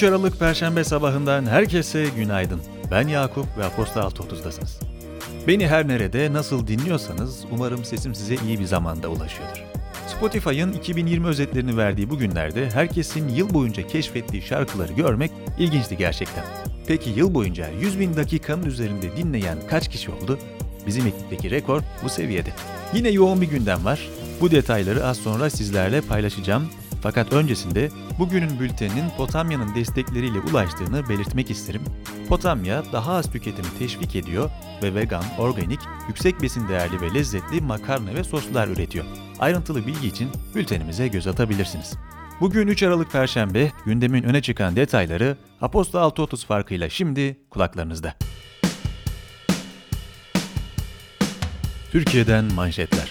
Aralık Perşembe sabahından herkese günaydın. Ben Yakup ve Aposta 6.30'dasınız. Beni her nerede, nasıl dinliyorsanız umarım sesim size iyi bir zamanda ulaşıyordur. Spotify'ın 2020 özetlerini verdiği bu günlerde herkesin yıl boyunca keşfettiği şarkıları görmek ilginçti gerçekten. Peki yıl boyunca 100.000 dakikanın üzerinde dinleyen kaç kişi oldu? Bizim ekipteki rekor bu seviyede. Yine yoğun bir gündem var. Bu detayları az sonra sizlerle paylaşacağım. Fakat öncesinde bugünün bülteninin Potamya'nın destekleriyle ulaştığını belirtmek isterim. Potamya daha az tüketimi teşvik ediyor ve vegan, organik, yüksek besin değerli ve lezzetli makarna ve soslar üretiyor. Ayrıntılı bilgi için bültenimize göz atabilirsiniz. Bugün 3 Aralık Perşembe, gündemin öne çıkan detayları Aposta 6.30 farkıyla şimdi kulaklarınızda. Türkiye'den manşetler.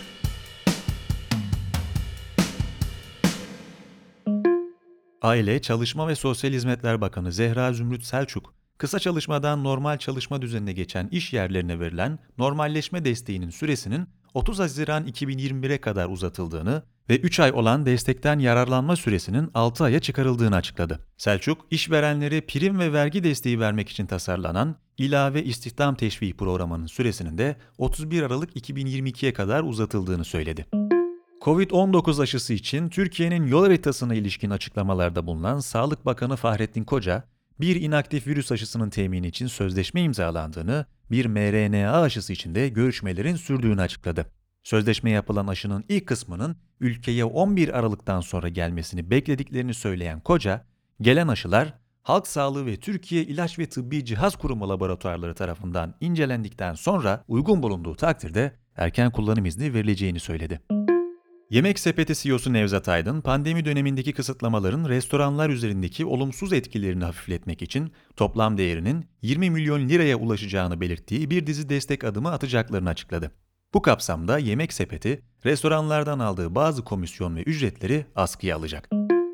Aile, Çalışma ve Sosyal Hizmetler Bakanı Zehra Zümrüt Selçuk, kısa çalışmadan normal çalışma düzenine geçen iş yerlerine verilen normalleşme desteğinin süresinin 30 Haziran 2021'e kadar uzatıldığını ve 3 ay olan destekten yararlanma süresinin 6 aya çıkarıldığını açıkladı. Selçuk, işverenlere prim ve vergi desteği vermek için tasarlanan ilave istihdam teşviği programının süresinin de 31 Aralık 2022'ye kadar uzatıldığını söyledi. Covid-19 aşısı için Türkiye'nin yol haritasına ilişkin açıklamalarda bulunan Sağlık Bakanı Fahrettin Koca, bir inaktif virüs aşısının temini için sözleşme imzalandığını, bir mRNA aşısı için de görüşmelerin sürdüğünü açıkladı. Sözleşme yapılan aşının ilk kısmının ülkeye 11 Aralık'tan sonra gelmesini beklediklerini söyleyen Koca, gelen aşılar Halk Sağlığı ve Türkiye İlaç ve Tıbbi Cihaz Kurumu laboratuvarları tarafından incelendikten sonra uygun bulunduğu takdirde erken kullanım izni verileceğini söyledi. Yemek Sepeti CEO'su Nevzat Aydın, pandemi dönemindeki kısıtlamaların restoranlar üzerindeki olumsuz etkilerini hafifletmek için toplam değerinin 20 milyon liraya ulaşacağını belirttiği bir dizi destek adımı atacaklarını açıkladı. Bu kapsamda Yemek Sepeti, restoranlardan aldığı bazı komisyon ve ücretleri askıya alacak.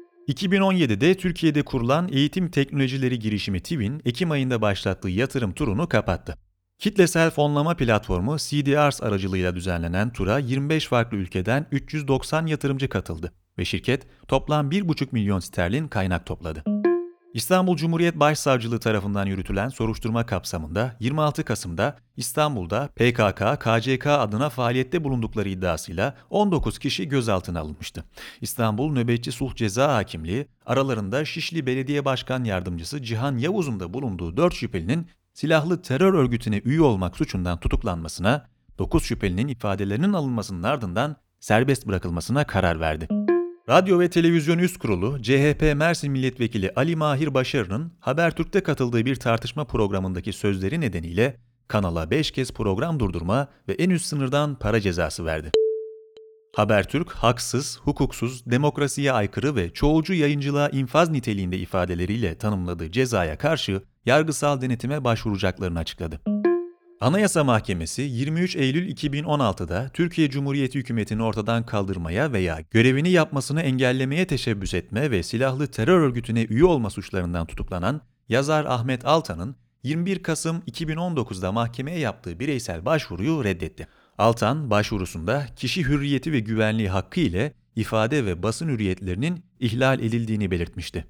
2017'de Türkiye'de kurulan eğitim teknolojileri girişimi TİB'in Ekim ayında başlattığı yatırım turunu kapattı. Kitlesel fonlama platformu CDRs aracılığıyla düzenlenen tura 25 farklı ülkeden 390 yatırımcı katıldı ve şirket toplam 1,5 milyon sterlin kaynak topladı. İstanbul Cumhuriyet Başsavcılığı tarafından yürütülen soruşturma kapsamında 26 Kasım'da İstanbul'da PKK, KCK adına faaliyette bulundukları iddiasıyla 19 kişi gözaltına alınmıştı. İstanbul Nöbetçi Sulh Ceza Hakimliği aralarında Şişli Belediye Başkan Yardımcısı Cihan Yavuz'un da bulunduğu 4 şüphelinin silahlı terör örgütüne üye olmak suçundan tutuklanmasına, 9 şüphelinin ifadelerinin alınmasının ardından serbest bırakılmasına karar verdi. Radyo ve Televizyon Üst Kurulu, CHP Mersin Milletvekili Ali Mahir Başarı'nın Habertürk'te katıldığı bir tartışma programındaki sözleri nedeniyle kanala 5 kez program durdurma ve en üst sınırdan para cezası verdi. Habertürk, haksız, hukuksuz, demokrasiye aykırı ve çoğulcu yayıncılığa infaz niteliğinde ifadeleriyle tanımladığı cezaya karşı yargısal denetime başvuracaklarını açıkladı. Anayasa Mahkemesi 23 Eylül 2016'da Türkiye Cumhuriyeti hükümetini ortadan kaldırmaya veya görevini yapmasını engellemeye teşebbüs etme ve silahlı terör örgütüne üye olma suçlarından tutuklanan yazar Ahmet Altan'ın 21 Kasım 2019'da mahkemeye yaptığı bireysel başvuruyu reddetti. Altan, başvurusunda kişi hürriyeti ve güvenliği hakkı ile ifade ve basın hürriyetlerinin ihlal edildiğini belirtmişti.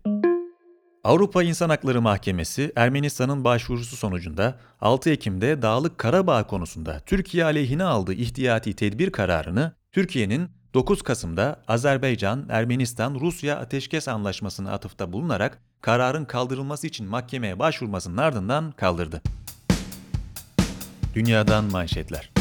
Avrupa İnsan Hakları Mahkemesi, Ermenistan'ın başvurusu sonucunda 6 Ekim'de Dağlık Karabağ konusunda Türkiye aleyhine aldığı ihtiyati tedbir kararını, Türkiye'nin 9 Kasım'da Azerbaycan, Ermenistan, Rusya Ateşkes Anlaşması'na atıfta bulunarak kararın kaldırılması için mahkemeye başvurmasının ardından kaldırdı. Dünyadan manşetler.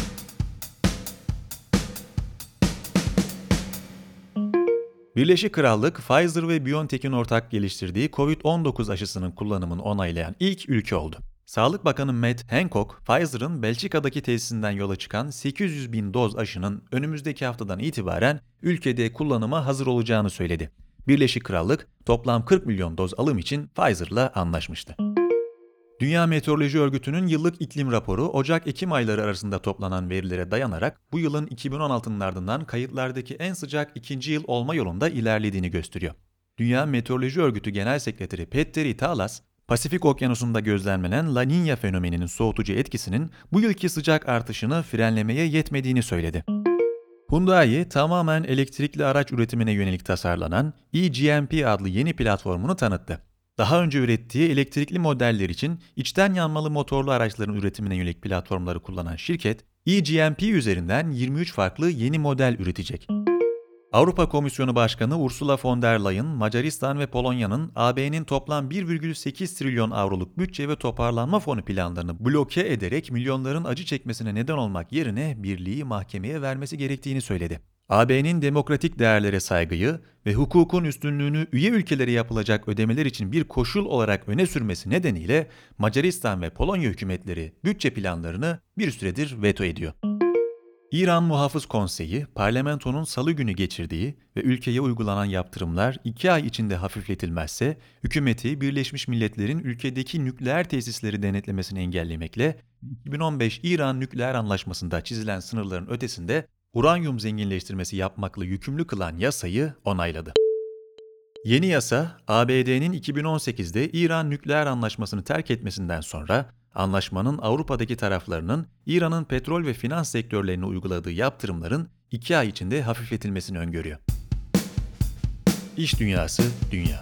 Birleşik Krallık, Pfizer ve BioNTech'in ortak geliştirdiği COVID-19 aşısının kullanımını onaylayan ilk ülke oldu. Sağlık Bakanı Matt Hancock, Pfizer'ın Belçika'daki tesisinden yola çıkan 800 bin doz aşının önümüzdeki haftadan itibaren ülkede kullanıma hazır olacağını söyledi. Birleşik Krallık, toplam 40 milyon doz alım için Pfizer'la anlaşmıştı. Dünya Meteoroloji Örgütü'nün yıllık iklim raporu, Ocak-Ekim ayları arasında toplanan verilere dayanarak bu yılın 2016'nın ardından kayıtlardaki en sıcak ikinci yıl olma yolunda ilerlediğini gösteriyor. Dünya Meteoroloji Örgütü Genel Sekreteri Petteri Talas, Pasifik Okyanusu'nda gözlemlenen La Niña fenomeninin soğutucu etkisinin bu yılki sıcak artışını frenlemeye yetmediğini söyledi. Hyundai, tamamen elektrikli araç üretimine yönelik tasarlanan eGMP adlı yeni platformunu tanıttı. Daha önce ürettiği elektrikli modeller için içten yanmalı motorlu araçların üretimine yönelik platformları kullanan şirket, eGMP üzerinden 23 farklı yeni model üretecek. Avrupa Komisyonu Başkanı Ursula von der Leyen, Macaristan ve Polonya'nın AB'nin toplam 1,8 trilyon avroluk bütçe ve toparlanma fonu planlarını bloke ederek milyonların acı çekmesine neden olmak yerine birliği mahkemeye vermesi gerektiğini söyledi. AB'nin demokratik değerlere saygıyı ve hukukun üstünlüğünü üye ülkelere yapılacak ödemeler için bir koşul olarak öne sürmesi nedeniyle Macaristan ve Polonya hükümetleri bütçe planlarını bir süredir veto ediyor. İran Muhafız Konseyi, parlamentonun salı günü geçirdiği ve ülkeye uygulanan yaptırımlar 2 ay içinde hafifletilmezse, hükümeti Birleşmiş Milletler'in ülkedeki nükleer tesisleri denetlemesini engellemekle 2015 İran Nükleer Anlaşması'nda çizilen sınırların ötesinde uranyum zenginleştirmesi yapmakla yükümlü kılan yasayı onayladı. Yeni yasa, ABD'nin 2018'de İran Nükleer Anlaşması'nı terk etmesinden sonra, anlaşmanın Avrupa'daki taraflarının İran'ın petrol ve finans sektörlerine uyguladığı yaptırımların 2 ay içinde hafifletilmesini öngörüyor. İş Dünyası, Dünya.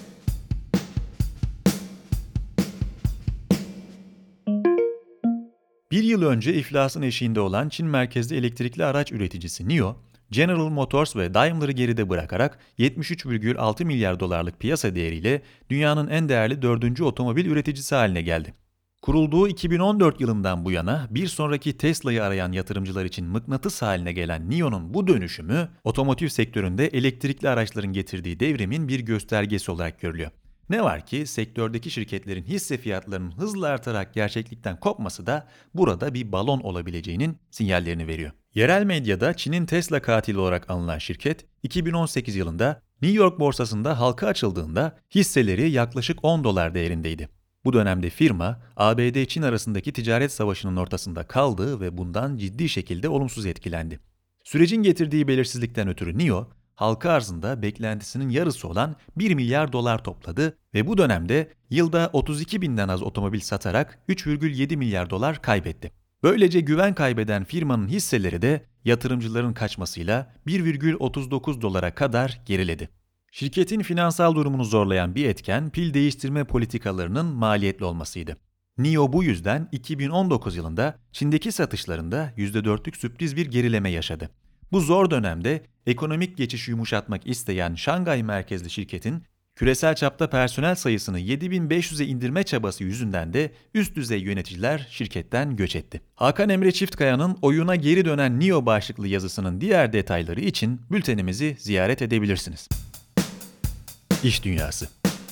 Bir yıl önce iflasın eşiğinde olan Çin merkezli elektrikli araç üreticisi NIO, General Motors ve Daimler'ı geride bırakarak 73,6 milyar dolarlık piyasa değeriyle dünyanın en değerli 4. otomobil üreticisi haline geldi. Kurulduğu 2014 yılından bu yana bir sonraki Tesla'yı arayan yatırımcılar için mıknatıs haline gelen NIO'nun bu dönüşümü, otomotiv sektöründe elektrikli araçların getirdiği devrimin bir göstergesi olarak görülüyor. Ne var ki sektördeki şirketlerin hisse fiyatlarının hızla artarak gerçeklikten kopması da burada bir balon olabileceğinin sinyallerini veriyor. Yerel medyada Çin'in Tesla katili olarak anılan şirket, 2018 yılında New York borsasında halka açıldığında hisseleri yaklaşık 10 dolar değerindeydi. Bu dönemde firma, ABD-Çin arasındaki ticaret savaşının ortasında kaldı ve bundan ciddi şekilde olumsuz etkilendi. Sürecin getirdiği belirsizlikten ötürü NIO, halka arzında beklentisinin yarısı olan 1 milyar dolar topladı ve bu dönemde yılda 32 binden az otomobil satarak 3,7 milyar dolar kaybetti. Böylece güven kaybeden firmanın hisseleri de yatırımcıların kaçmasıyla 1,39 dolara kadar geriledi. Şirketin finansal durumunu zorlayan bir etken pil değiştirme politikalarının maliyetli olmasıydı. NIO bu yüzden 2019 yılında Çin'deki satışlarında %4'lük sürpriz bir gerileme yaşadı. Bu zor dönemde ekonomik geçişi yumuşatmak isteyen Şangay merkezli şirketin küresel çapta personel sayısını 7.500'e indirme çabası yüzünden de üst düzey yöneticiler şirketten göç etti. Hakan Emre Çiftkaya'nın Oyuna Geri Dönen NIO başlıklı yazısının diğer detayları için bültenimizi ziyaret edebilirsiniz. İş Dünyası.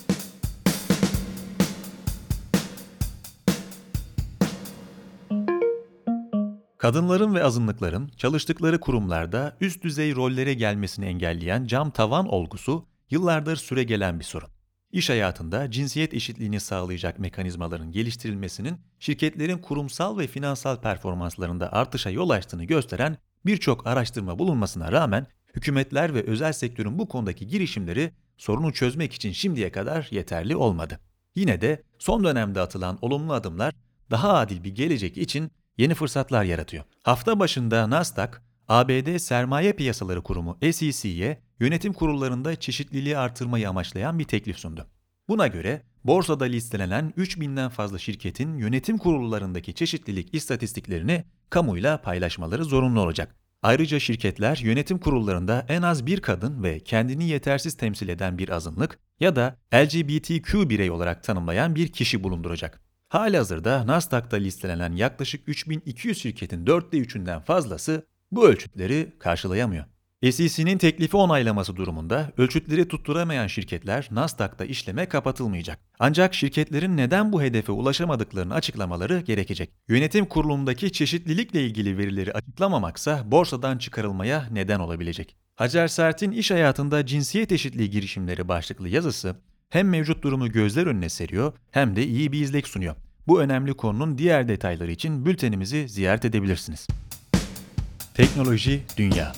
Kadınların ve azınlıkların çalıştıkları kurumlarda üst düzey rollere gelmesini engelleyen cam tavan olgusu yıllardır süregelen bir sorun. İş hayatında cinsiyet eşitliğini sağlayacak mekanizmaların geliştirilmesinin şirketlerin kurumsal ve finansal performanslarında artışa yol açtığını gösteren birçok araştırma bulunmasına rağmen hükümetler ve özel sektörün bu konudaki girişimleri sorunu çözmek için şimdiye kadar yeterli olmadı. Yine de son dönemde atılan olumlu adımlar daha adil bir gelecek için yeni fırsatlar yaratıyor. Hafta başında Nasdaq, ABD Sermaye Piyasaları Kurumu SEC'ye yönetim kurullarında çeşitliliği artırmayı amaçlayan bir teklif sundu. Buna göre borsada listelenen 3000'den fazla şirketin yönetim kurullarındaki çeşitlilik istatistiklerini kamuyla paylaşmaları zorunlu olacak. Ayrıca şirketler yönetim kurullarında en az bir kadın ve kendini yetersiz temsil eden bir azınlık ya da LGBTQ birey olarak tanımlayan bir kişi bulunduracak. Halihazırda Nasdaq'ta listelenen yaklaşık 3200 şirketin 3'ünden fazlası bu ölçütleri karşılayamıyor. SEC'nin teklifi onaylaması durumunda ölçütleri tutturamayan şirketler Nasdaq'ta işleme kapatılmayacak. Ancak şirketlerin neden bu hedefe ulaşamadıklarını açıklamaları gerekecek. Yönetim kurulundaki çeşitlilikle ilgili verileri açıklamamaksa borsadan çıkarılmaya neden olabilecek. Hacer Sert'in iş hayatında cinsiyet eşitliği girişimleri başlıklı yazısı hem mevcut durumu gözler önüne seriyor hem de iyi bir izlek sunuyor. Bu önemli konunun diğer detayları için bültenimizi ziyaret edebilirsiniz. Teknoloji Dünya.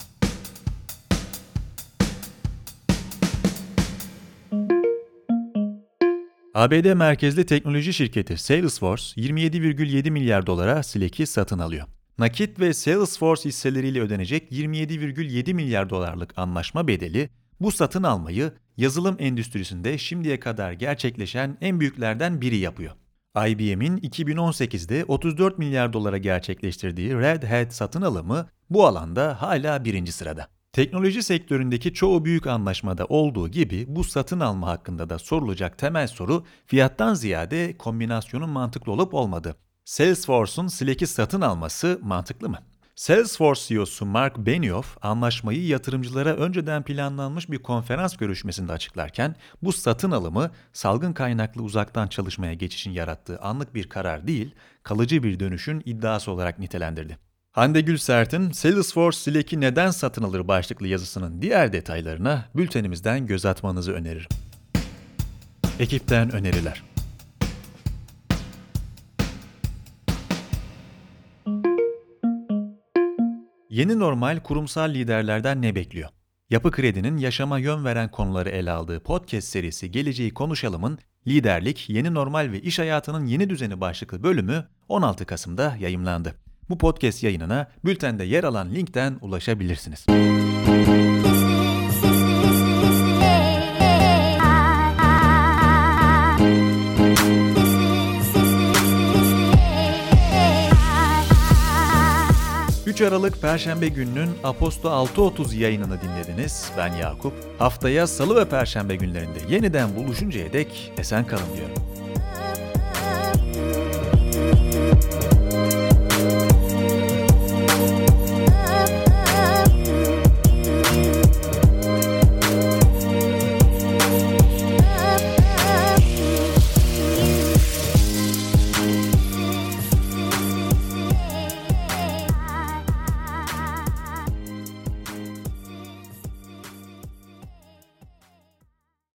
ABD merkezli teknoloji şirketi Salesforce 27,7 milyar dolara Slack'i satın alıyor. Nakit ve Salesforce hisseleriyle ödenecek 27,7 milyar dolarlık anlaşma bedeli Bu satın almayı yazılım endüstrisinde şimdiye kadar gerçekleşen en büyüklerden biri yapıyor. IBM'in 2018'de 34 milyar dolara gerçekleştirdiği Red Hat satın alımı bu alanda hala birinci sırada. Teknoloji sektöründeki çoğu büyük anlaşmada olduğu gibi bu satın alma hakkında da sorulacak temel soru fiyattan ziyade kombinasyonun mantıklı olup olmadığı. Salesforce'un Slack'i satın alması mantıklı mı? Salesforce CEO'su Mark Benioff, anlaşmayı yatırımcılara önceden planlanmış bir konferans görüşmesinde açıklarken, bu satın alımı salgın kaynaklı uzaktan çalışmaya geçişin yarattığı anlık bir karar değil, kalıcı bir dönüşün iddiası olarak nitelendirdi. Hande Gülsert'in Salesforce Slack'i neden satın alır başlıklı yazısının diğer detaylarına bültenimizden göz atmanızı öneririm. Ekipten öneriler. Yeni normal kurumsal liderlerden ne bekliyor? Yapı Kredi'nin yaşama yön veren konuları ele aldığı podcast serisi Geleceği Konuşalım'ın Liderlik, Yeni Normal ve İş Hayatının Yeni Düzeni başlıklı bölümü 16 Kasım'da yayımlandı. Bu podcast yayınına bültende yer alan linkten ulaşabilirsiniz. Aralık Perşembe gününün Aposto 6.30 yayınını dinlediniz. Ben Yakup. Haftaya Salı ve Perşembe günlerinde yeniden buluşuncaya dek esen kalın diyorum.